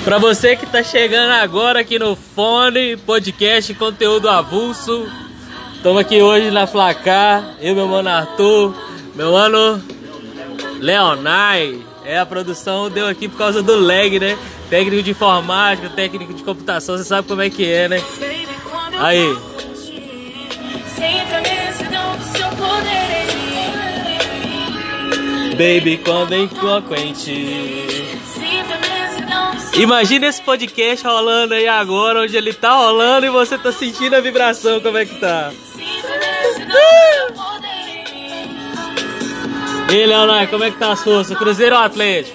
Pra você que tá chegando agora aqui no Fone, podcast, conteúdo avulso. Estamos aqui hoje na Flacar, eu, meu mano Arthur, meu mano Leonai. A produção deu aqui por causa do lag, né? Técnico de informática, técnico de computação, você sabe como é que é, né? Aí. Baby, quando inconquente. Imagina esse podcast rolando aí agora, onde ele tá rolando e você tá sentindo a vibração, como é que tá? E aí, Leonardo, como é que tá as forças? Cruzeiro ou Atlético?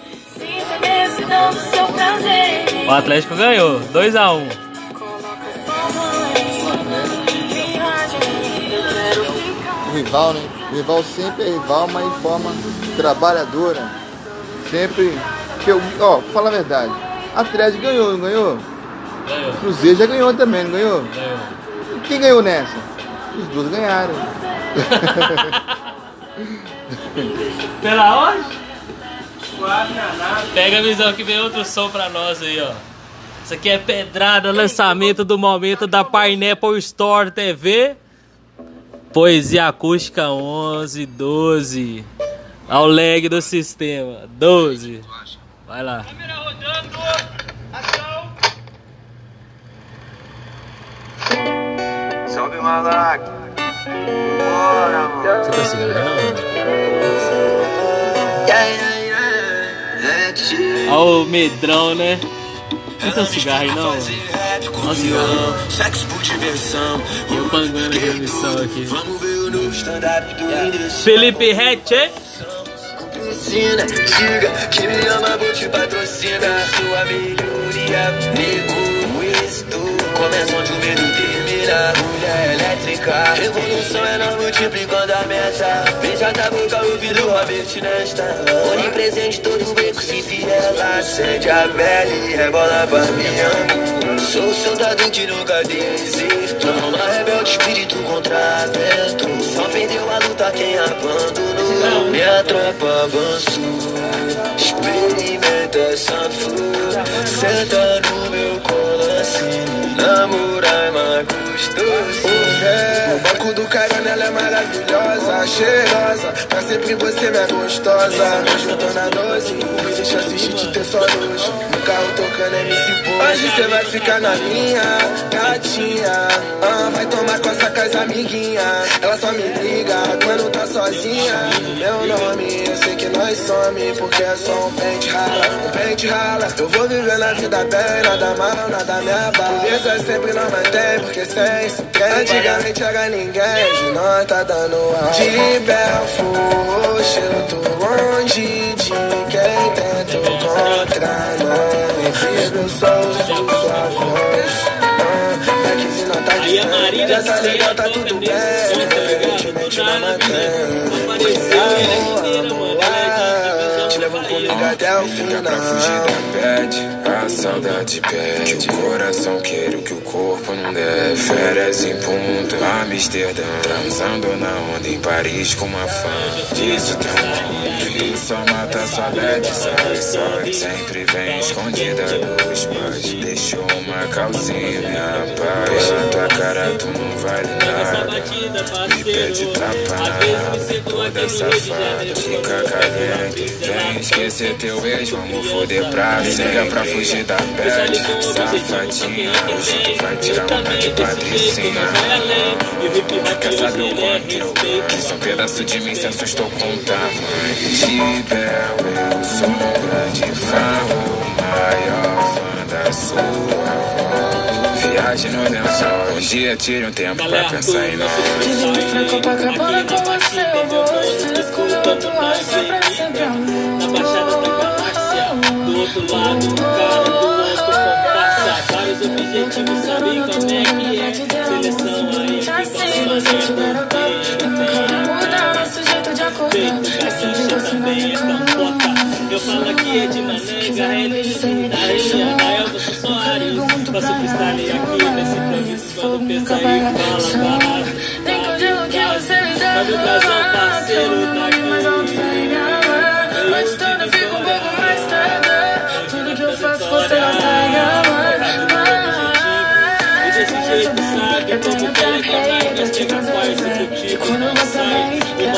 O Atlético ganhou, 2-1. Rival, né? Rival sempre é rival, mas de forma trabalhadora. Sempre. Fala a verdade. Atlético ganhou, não ganhou? Ganhou. Cruzeiro já ganhou também, não ganhou? Ganhou. Quem ganhou nessa? Os dois ganharam. Pela onde? Pega a visão que vem outro som pra nós aí, ó. Isso aqui é pedrada, lançamento do momento da Pineapple Store TV. Poesia acústica 11, 12. Ao lag do sistema, 12. Vai lá. Câmera rodando. Ação. Salve, malaco. Bora, mano. Você tá segurando, não? Olha o medrão, né? Não tem um cigarro aí, não? Olha o cigarro. Sexo por diversão. E o pangando de emissão aqui. Vamos ver o novo stand-up do Felipe Hatch. Ensina, diga que me ama, vou te patrocinar. Sua melhoria, nego, isto começa onde o medo termina. Mulher elétrica, revolução é nós multiplicando a meta. Beija da boca, ouvido Robert Nesta. Onipresente, todo beco se viela. Acende a pele e rebola pra mim. Sou o soldado que nunca desisto. Uma rebelde, espírito contra vento. Só perdeu a luta quem abandonou. Minha tropa avançou. Experimenta essa flor. Senta no meu colo assim. Namorar é mais gostoso. No banco do carona ela é maravilhosa, cheirosa. Pra sempre você minha gostosa. Juntando a 12, deixa assistir te ter só luz. No carro tocando MC Pô. Hoje cê vai ficar na minha gatinha. Vai tomar coça com as amiguinhas. Ela só me liga quando tá sozinha. Meu nome, eu sei que nós some. Porque é só um pente rala, um pente rala. Eu vou viver na vida bem, nada mal, nada me abala. Beleza sempre nós mantém, porque sem isso tem. Antigamente era ninguém, hoje nós tá dando aula. De Belfort, eu tô longe de quem tenta contra nós. Eu sou sua voz. Daqui se não tá de frente, já tá legal, tá tudo bem. Independentemente não mantém. Te levo comigo até o final. Pra fugir da bad, a saudade pede. Que o coração queira o que o corpo não deve. Férias em Punta, Amsterdã. Transando na onda em Paris com uma fã. Disso tão bom. E só mata sua bad, sai. Sempre vem escondida dos pais. Deixou uma calcinha, minha paz. Na tua cara tu não vale nada. Me pede tapa na raba, toda safada. Fica caliente, vem esquecer teu ex, vamos foder pra liga pra fugir da bad. Safadinha, hoje tu vai tirar onda de patricinha. Quer saber o quanto eu só um pedaço de mim se assustou com o tamanho de Bel. Eu sou um grande fã, o maior fã da sua avó. Viagem no lençol, um dia tire um tempo pra pensar em nós. Dizemos pra Copacabana com você eu vou. Eles comeu outro lado, só pra sempre amor. Na Baixada da Galáxia, do outro lado, o cara do outro compassa. Vários objetivos ali, como é que é? Seleção aí, Se você tiver a pau, eu nunca vou mudar nosso jeito de acordar. É sempre você na minha cama. eu falo aqui é de Mananga, Relício, da Rainha, da Elba Soares. Faço freestyle aqui nesse improviso, quando pensa aí, fala, barra. Nem que eu digo que você me dá. Sabe o casal parceiro tá aqui. Mais alto vai me amar. Noite toda eu fico um pouco mais tarde. Tudo que eu faço você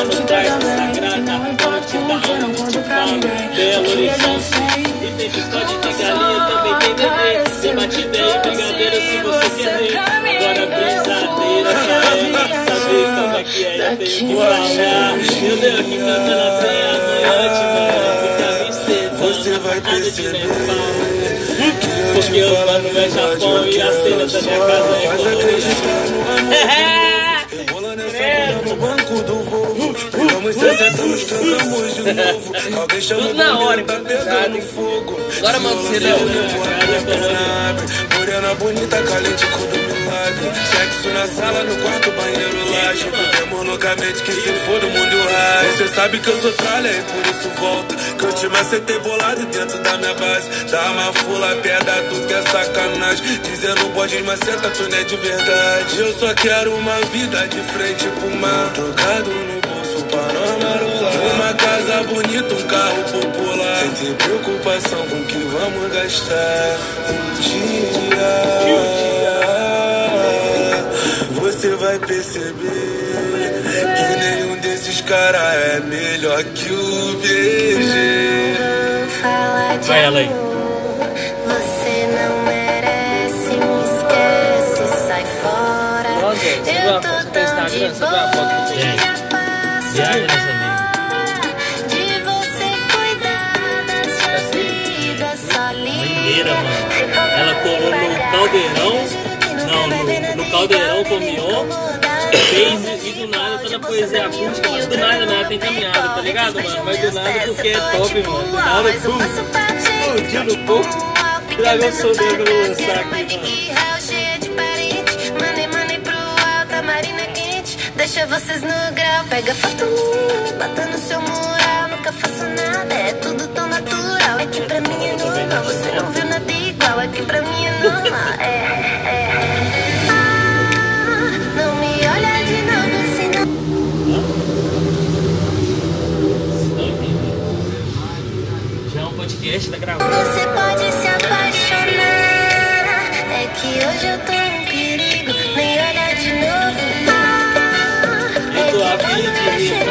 que tudo bem. E não importa com o que eu não conto pra ninguém. Belo Porque eu já Horizonte. sei. E tem biscoito de galinha, também tem bebê. Tem batida e brigadeiro se você quer. Agora brisadeira pra ela saber como é que é. Eu tenho que falar. Meu Deus, que cantando bem amanhã, mano. Fica me Você vai perceber porque os mano é Japão e as telhas da minha casa é faz acreditar no amor. Bola nessa bunda no banco do Volvo. Pegamos 60 anos, cantamos de novo. Alguém chama o bombeiro, tá pegando fogo. Agora, mano, você leu. Morena bonita, calente, cor do milagre. Sexo na sala, no quarto, banheiro, laje. Vivemos loucamente que se for do mundo raio. Você sabe que eu sou tralha e por isso volta. Que eu te macetei bolado dentro da minha base. Dá uma fula, pedra, tu quer sacanagem. Dizendo pode maceta, tu não é de verdade. Eu só quero uma vida de frente pro mar. Trocado no bolso para marolar. Uma casa bonita, um carro popular. Sem ter preocupação com o que vamos gastar. Um dia você vai perceber que nenhum desses caras é melhor que o BG. Vai ela aí. Você não merece, me esquece, sai fora. Eu tô tão de boa que já passo Viagem nessa minha. de você cuidar da sua vida, só Mineira, liga. mano. Ela colou no caldeirão. Não, no caldeirão com Mion. Fez e do nada tá na poesia acústica, mas do nada nada tem caminhada, tá ligado, mano? Mas do nada porque é top, mano. Do nada, pum, explodiu no corpo. Dragão Soldado que eu vou lançar aqui, mano. Deixa vocês no grau, pega foto minha, bota no seu mural. Nunca faço nada, é tudo tão natural. É que pra mim é normal, você não viu nada igual. É que pra mim é normal, não me olha de novo assim não. Já é um podcast, tá gravando. Você pode se apaixonar. É que hoje eu tô em perigo, nem olha de novo. Eu tô a fim de vir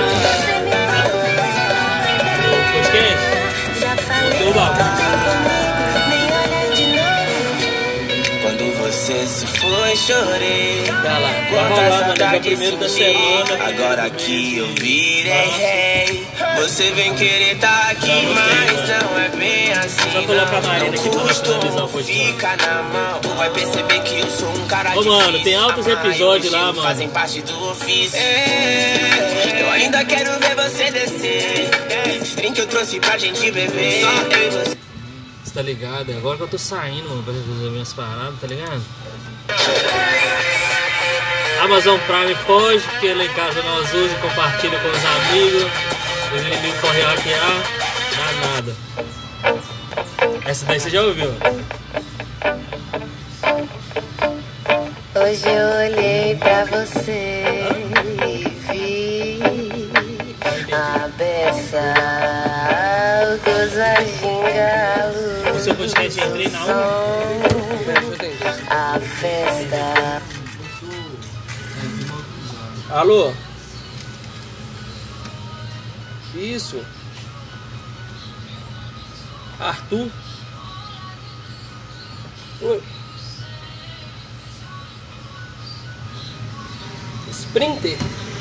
no podcast. Já falei, Conteúdo não tem comigo, nem olha de novo. Quando você se foi, chorei. Tá lá, vai Quanta rolar, mano, é o saudade primeiro da senti. semana. Agora que eu virei rei, você vem querer tá aqui, mas não é bem assim. Só colocar a Marina aqui pra Costumo finalizar o podcast. fica na mão. Tu vai perceber que eu sou um cara Ô, mano, difícil. tem altos Amar episódios e lá, hoje mano. fazem parte do ofício. Eu ainda quero ver você descer. Drink que eu trouxe pra gente beber. Só eu e você. Você tá ligado? É agora que eu tô saindo, mano, pra resolver minhas paradas, tá ligado? Amazon Prime pode, porque lá em casa nós usamos e compartilha com os amigos. Os inimigos correm hackear, dá nada. Essa daí você já ouviu? Hoje eu olhei pra você e vi a beça, o coisa ginga, O seu podcast entrei na a festa. Alô? Isso. Arthur? Oi. Sprinter?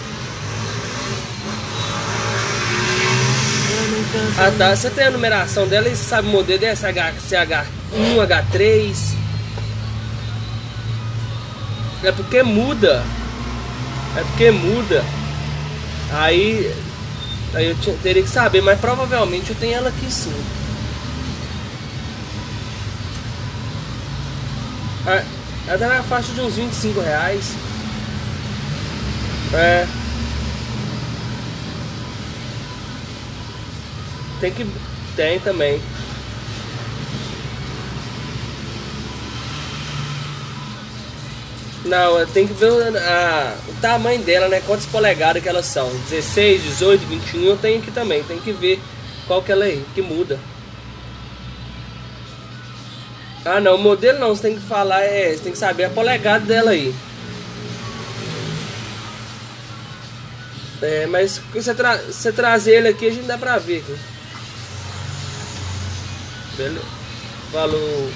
Ah tá, você tem a numeração dela e você sabe o modelo é CH1, H3. É porque muda. Aí eu teria que saber, mas provavelmente eu tenho ela aqui sim. Ela tá na faixa de uns R$25. É. Tem também. Não, tem que ver o tamanho dela, né? Quantas polegadas que elas são. 16, 18, 21 eu tenho aqui também. Tem que ver qual que ela é, que muda. Ah não, o modelo não, você tem que falar, você tem que saber a polegada dela aí. É, mas você trazer ele aqui, a gente dá pra ver aqui. Beleza? Falou.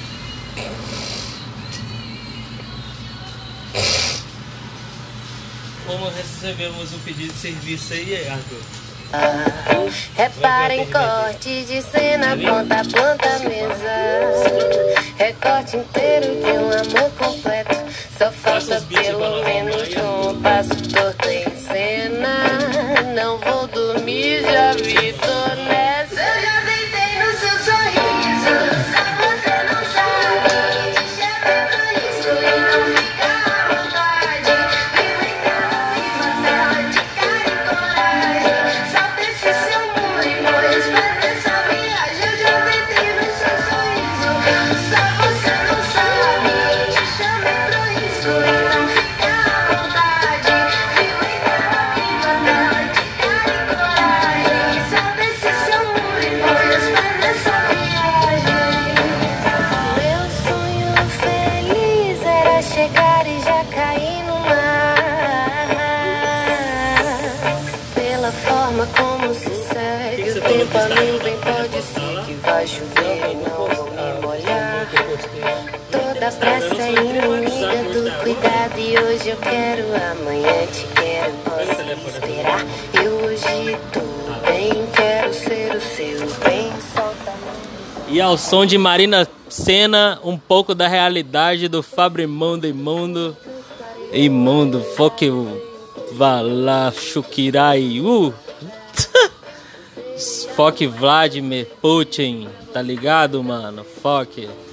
Como recebemos um pedido de serviço aí, Arthur? Repara em corte de cena, ponta a ponta mesa. Recorte inteiro de um amor completo. Só falta pelo menos um passo torto em cena. Não vou dormir, já vi, tô nessa. Eu já deitei no seu sorriso, só você não sabe. Te chamei pra isso e não fica à vontade. Vem cá, me matar de cara e coragem. Salta esse seu muro e põe os pés nessa viagem. Eu já deitei no seu sorriso, só você não sabe. Te chamei pra isso e não fica à vontade. Vem cá, me matar de cara e coragem. Salta esse seu muro e põe os pés nessa viagem. Meu sonho feliz era chegar e já cair no mar. Pela forma como se segue o tempo, a nuvem pode ser que vai chover e não vou me molhar. Toda pressa é inimiga do cuidado e hoje eu quero, amanhã te quero, posso esperar. Eu hoje tô bem, quero ser o seu bem, solta a mão. E ao som de Marina Sena, um pouco da realidade do Fabrimundo Imundo, Foque Vala Shukirai, Foque Vladimir Putin, tá ligado, mano? Foque.